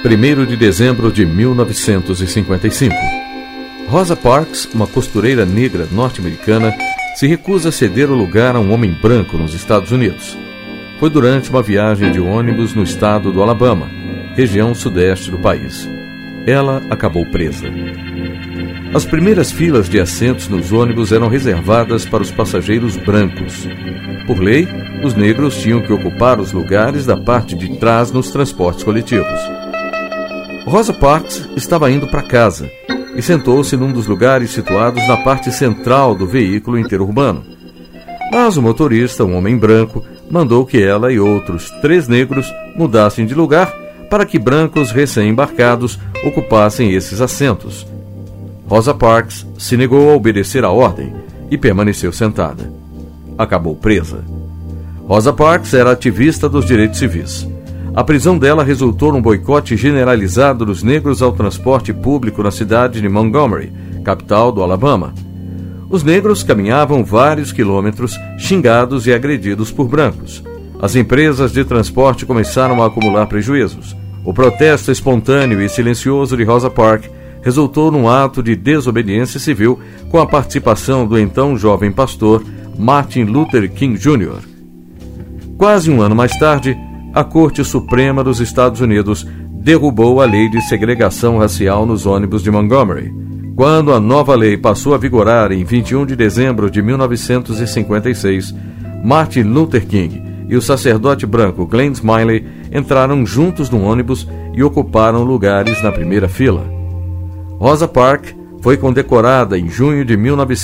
1º de dezembro de 1955. Rosa Parks, uma costureira negra norte-americana, se recusa a ceder o lugar a um homem branco nos Estados Unidos. Foi durante uma viagem de ônibus no estado do Alabama, região sudeste do país. Ela acabou presa. As primeiras filas de assentos nos ônibus eram reservadas para os passageiros brancos. Por lei, os negros tinham que ocupar os lugares da parte de trás nos transportes coletivos. Rosa Parks estava indo para casa e sentou-se num dos lugares situados na parte central do veículo interurbano. Mas o motorista, um homem branco, mandou que ela e outros 3 negros mudassem de lugar para que brancos recém-embarcados ocupassem esses assentos. Rosa Parks se negou a obedecer à ordem e permaneceu sentada. Acabou presa. Rosa Parks era ativista dos direitos civis. A prisão dela resultou num boicote generalizado dos negros ao transporte público na cidade de Montgomery, capital do Alabama. Os negros caminhavam vários quilômetros, xingados e agredidos por brancos. As empresas de transporte começaram a acumular prejuízos. O protesto espontâneo e silencioso de Rosa Parks resultou num ato de desobediência civil com a participação do então jovem pastor Martin Luther King Jr. Quase um ano mais tarde, a Corte Suprema dos Estados Unidos derrubou a lei de segregação racial nos ônibus de Montgomery. Quando a nova lei passou a vigorar em 21 de dezembro de 1956, Martin Luther King e o sacerdote branco Glenn Smiley entraram juntos no ônibus e ocuparam lugares na primeira fila. Rosa Parks foi condecorada em junho de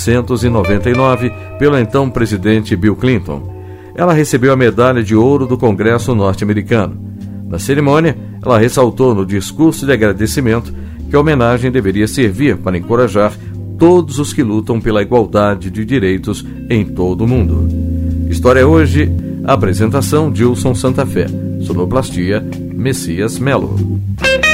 1999 pelo então presidente Bill Clinton. Ela recebeu a medalha de ouro do Congresso norte-americano. Na cerimônia, ela ressaltou no discurso de agradecimento que a homenagem deveria servir para encorajar todos os que lutam pela igualdade de direitos em todo o mundo. História Hoje, apresentação Dilson Santa Fé, sonoplastia Messias Melo.